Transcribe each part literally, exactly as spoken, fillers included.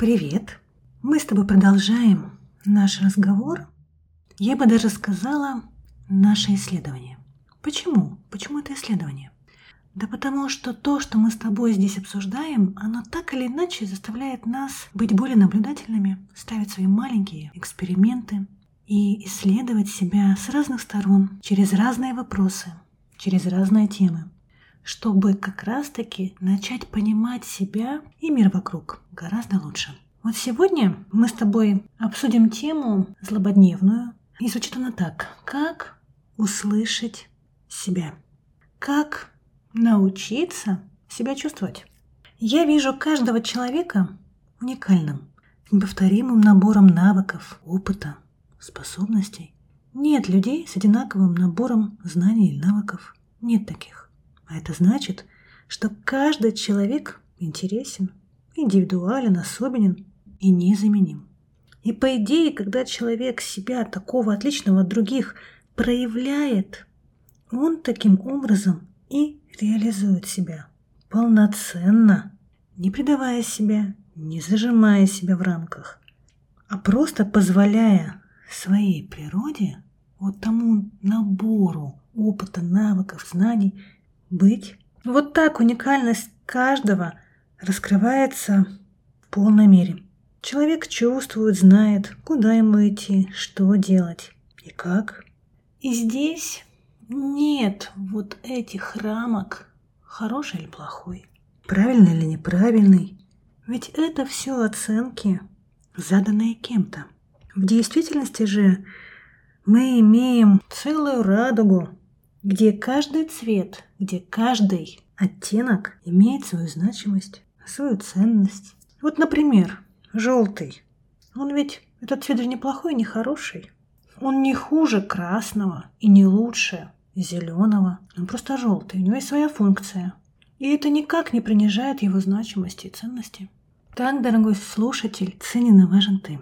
Привет! Мы с тобой продолжаем наш разговор. Я бы даже сказала, наше исследование. Почему? Почему это исследование? Да потому что то, что мы с тобой здесь обсуждаем, оно так или иначе заставляет нас быть более наблюдательными, ставить свои маленькие эксперименты и исследовать себя с разных сторон, через разные вопросы, через разные темы, чтобы как раз-таки начать понимать себя и мир вокруг гораздо лучше. Вот сегодня мы с тобой обсудим тему злободневную, и звучит она так: как услышать себя, как научиться себя чувствовать. Я вижу каждого человека уникальным, неповторимым набором навыков, опыта, способностей. Нет людей с одинаковым набором знаний и навыков. Нет таких. А это значит, что каждый человек интересен, индивидуален, особенен и незаменим. И по идее, когда человек себя такого отличного от других проявляет, он таким образом и реализует себя полноценно, не предавая себя, не зажимая себя в рамках, а просто позволяя своей природе, вот тому набору опыта, навыков, знаний быть. Вот так уникальность каждого раскрывается в полной мере. Человек чувствует, знает, куда ему идти, что делать и как. И здесь нет вот этих рамок, хороший или плохой, правильный или неправильный. Ведь это все оценки, заданные кем-то. В действительности же мы имеем целую радугу, где каждый цвет, где каждый оттенок имеет свою значимость, свою ценность. Вот, например, желтый. Он ведь, этот цвет же не плохой, не хороший. Он не хуже красного и не лучше зеленого. Он просто желтый, у него есть своя функция. И это никак не принижает его значимости и ценности. Так, дорогой слушатель, ценен и важен ты.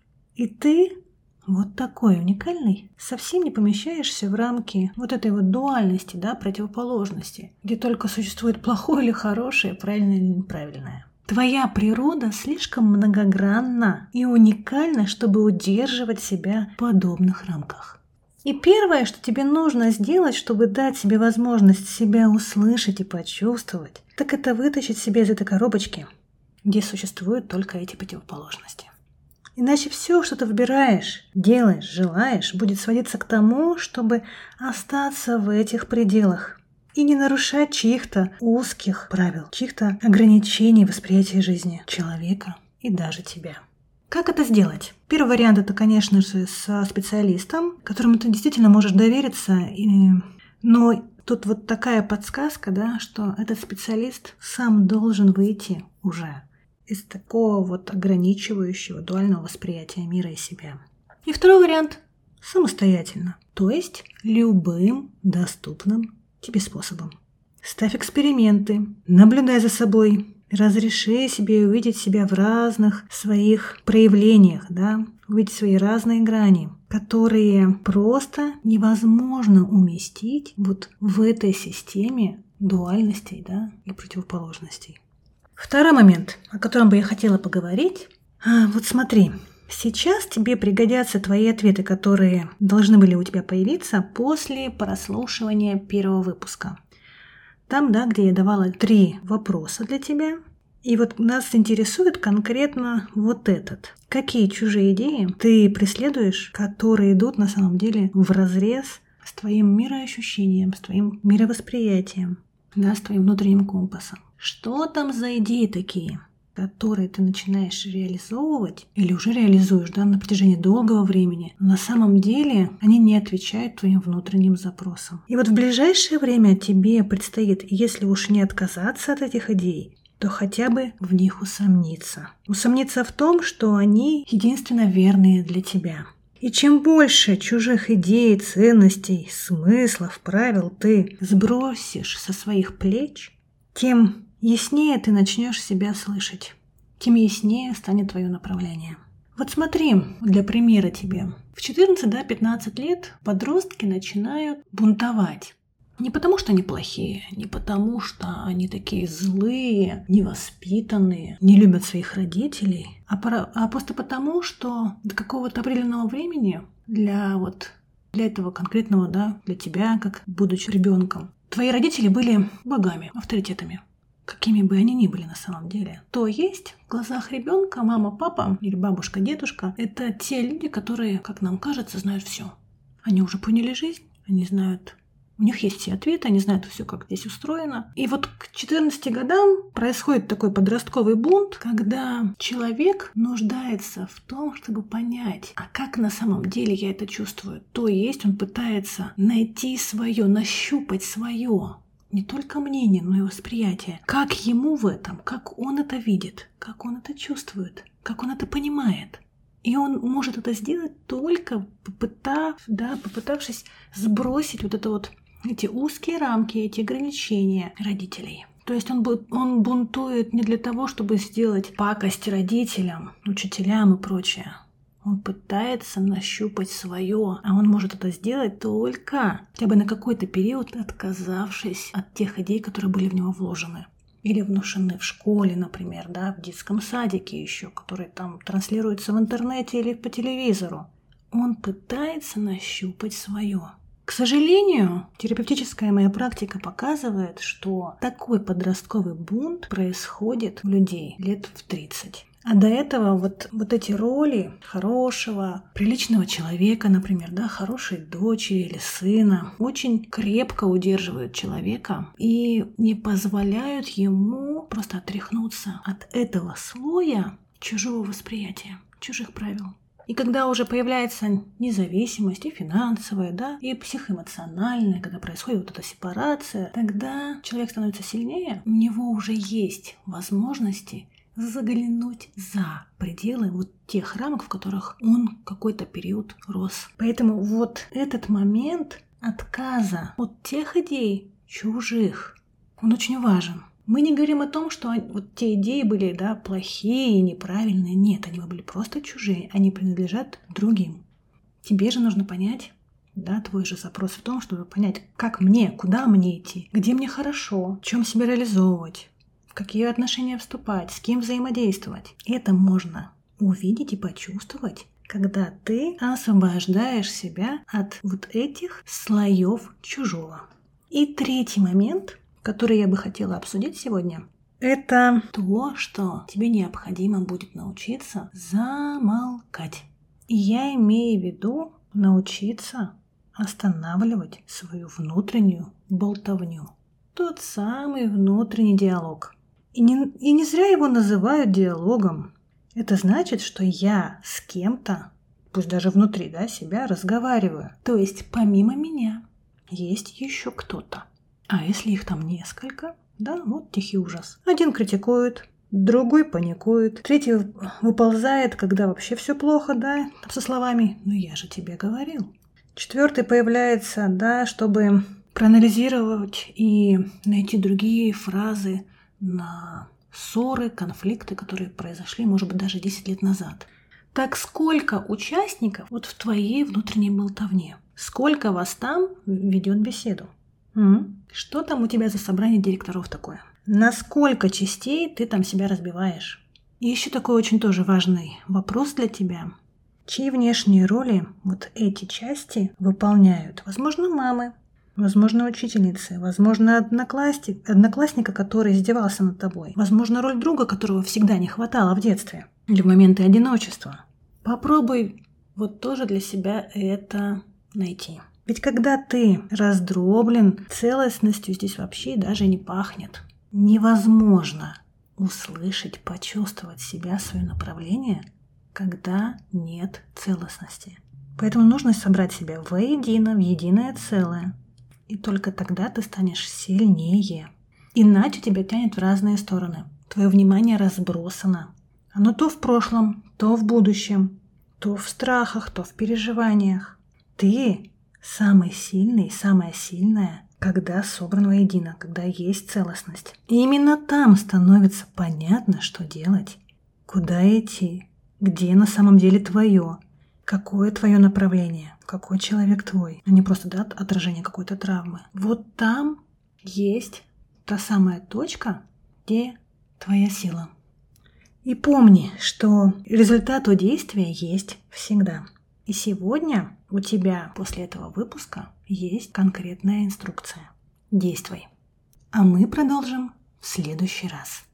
И ты вот такой уникальный, совсем не помещаешься в рамки вот этой вот дуальности, да, противоположности, где только существует плохое или хорошее, правильное или неправильное. Твоя природа слишком многогранна и уникальна, чтобы удерживать себя в подобных рамках. И первое, что тебе нужно сделать, чтобы дать себе возможность себя услышать и почувствовать, так это вытащить себя из этой коробочки, где существуют только эти противоположности. Иначе все, что ты выбираешь, делаешь, желаешь, будет сводиться к тому, чтобы остаться в этих пределах и не нарушать чьих-то узких правил, чьих-то ограничений восприятия жизни человека и даже тебя. Как это сделать? Первый вариант – это, конечно же, со специалистом, которому ты действительно можешь довериться. И... Но тут вот такая подсказка, да, что этот специалист сам должен выйти уже из такого вот ограничивающего дуального восприятия мира и себя. И второй вариант – самостоятельно, то есть любым доступным тебе способом. Ставь эксперименты, наблюдай за собой, разреши себе увидеть себя в разных своих проявлениях, да, увидеть свои разные грани, которые просто невозможно уместить вот в этой системе дуальностей, да, и противоположностей. Второй момент, о котором бы я хотела поговорить. А, вот смотри, сейчас тебе пригодятся твои ответы, которые должны были у тебя появиться после прослушивания первого выпуска. Там, да, где я давала три вопроса для тебя. И вот нас интересует конкретно вот этот. Какие чужие идеи ты преследуешь, которые идут на самом деле вразрез с твоим мироощущением, с твоим мировосприятием, да, с твоим внутренним компасом? Что там за идеи такие, которые ты начинаешь реализовывать или уже реализуешь, да, на протяжении долгого времени, но на самом деле они не отвечают твоим внутренним запросам. И вот в ближайшее время тебе предстоит, если уж не отказаться от этих идей, то хотя бы в них усомниться. Усомниться в том, что они единственно верные для тебя. И чем больше чужих идей, ценностей, смыслов, правил ты сбросишь со своих плеч, тем яснее ты начнешь себя слышать, тем яснее станет твое направление. Вот смотри, для примера тебе. В четырнадцать-пятнадцать лет подростки начинают бунтовать. Не потому, что они плохие, не потому, что они такие злые, невоспитанные, не любят своих родителей, а, пора, а просто потому, что до какого-то определенного времени для вот для этого конкретного, да, для тебя, как будучи ребенком, твои родители были богами, авторитетами, какими бы они ни были на самом деле. То есть в глазах ребенка мама, папа или бабушка, дедушка — это те люди, которые, как нам кажется, знают все. Они уже поняли жизнь, они знают. У них есть все ответы, они знают все, как здесь устроено. И вот к четырнадцати годам происходит такой подростковый бунт, когда человек нуждается в том, чтобы понять, а как на самом деле я это чувствую. То есть он пытается найти свое, нащупать свое. Не только мнение, но и восприятие. Как ему в этом, как он это видит, как он это чувствует, как он это понимает. И он может это сделать только попытав, да, попытавшись сбросить вот это вот эти узкие рамки, эти ограничения родителей. То есть он, он бунтует не для того, чтобы сделать пакость родителям, учителям и прочее. Он пытается нащупать свое, а он может это сделать только хотя бы на какой-то период, отказавшись от тех идей, которые были в него вложены. Или внушены в школе, например, да, в детском садике еще, которые там транслируются в интернете или по телевизору. Он пытается нащупать свое. К сожалению, терапевтическая моя практика показывает, что такой подростковый бунт происходит у людей лет в тридцать. А до этого вот, вот эти роли хорошего, приличного человека, например, да, хорошей дочери или сына, очень крепко удерживают человека и не позволяют ему просто отряхнуться от этого слоя чужого восприятия, чужих правил. И когда уже появляется независимость и финансовая, да, и психоэмоциональная, когда происходит вот эта сепарация, тогда человек становится сильнее, у него уже есть возможности заглянуть за пределы вот тех рамок, в которых он какой-то период рос. Поэтому вот этот момент отказа от тех идей чужих, он очень важен. Мы не говорим о том, что вот те идеи были, да, плохие, неправильные. Нет, они были просто чужие, они принадлежат другим. Тебе же нужно понять, да, твой же запрос в том, чтобы понять, как мне, куда мне идти, где мне хорошо, в чем себя реализовывать, в какие отношения вступать, с кем взаимодействовать. Это можно увидеть и почувствовать, когда ты освобождаешь себя от вот этих слоев чужого. И третий момент, который я бы хотела обсудить сегодня, это то, что тебе необходимо будет научиться замолкать. И я имею в виду научиться останавливать свою внутреннюю болтовню. Тот самый внутренний диалог. И не, и не зря его называют диалогом. Это значит, что я с кем-то, пусть даже внутри, да, себя, разговариваю. То есть помимо меня есть еще кто-то. А если их там несколько, да, вот тихий ужас. Один критикует, другой паникует, третий выползает, когда вообще все плохо, да, со словами «ну я же тебе говорил». Четвертый появляется, да, чтобы проанализировать и найти другие фразы на ссоры, конфликты, которые произошли, может быть, даже десять лет назад. Так сколько участников вот в твоей внутренней болтовне? Сколько вас там ведет беседу? М? Что там у тебя за собрание директоров такое? На сколько частей ты там себя разбиваешь? И еще такой очень тоже важный вопрос для тебя. Чьи внешние роли вот эти части выполняют? Возможно, мамы, возможно, учительницы, возможно, одноклассник, одноклассника, который издевался над тобой, возможно, роль друга, которого всегда не хватало в детстве или в моменты одиночества. Попробуй вот тоже для себя это найти. Ведь когда ты раздроблен, целостностью здесь вообще даже не пахнет. Невозможно услышать, почувствовать себя, свое направление, когда нет целостности. Поэтому нужно собрать себя воедино, в единое целое. И только тогда ты станешь сильнее. Иначе тебя тянет в разные стороны. Твое внимание разбросано. Оно то в прошлом, то в будущем, то в страхах, то в переживаниях. Ты самый сильный, самая сильная, когда собран воедино, когда есть целостность. И именно там становится понятно, что делать, куда идти, где на самом деле твое, какое твое направление, какой человек твой, а не просто да, отражение какой-то травмы. Вот там есть та самая точка, где твоя сила. И помни, что результат у действия есть всегда. И сегодня у тебя после этого выпуска есть конкретная инструкция. Действуй. А мы продолжим в следующий раз.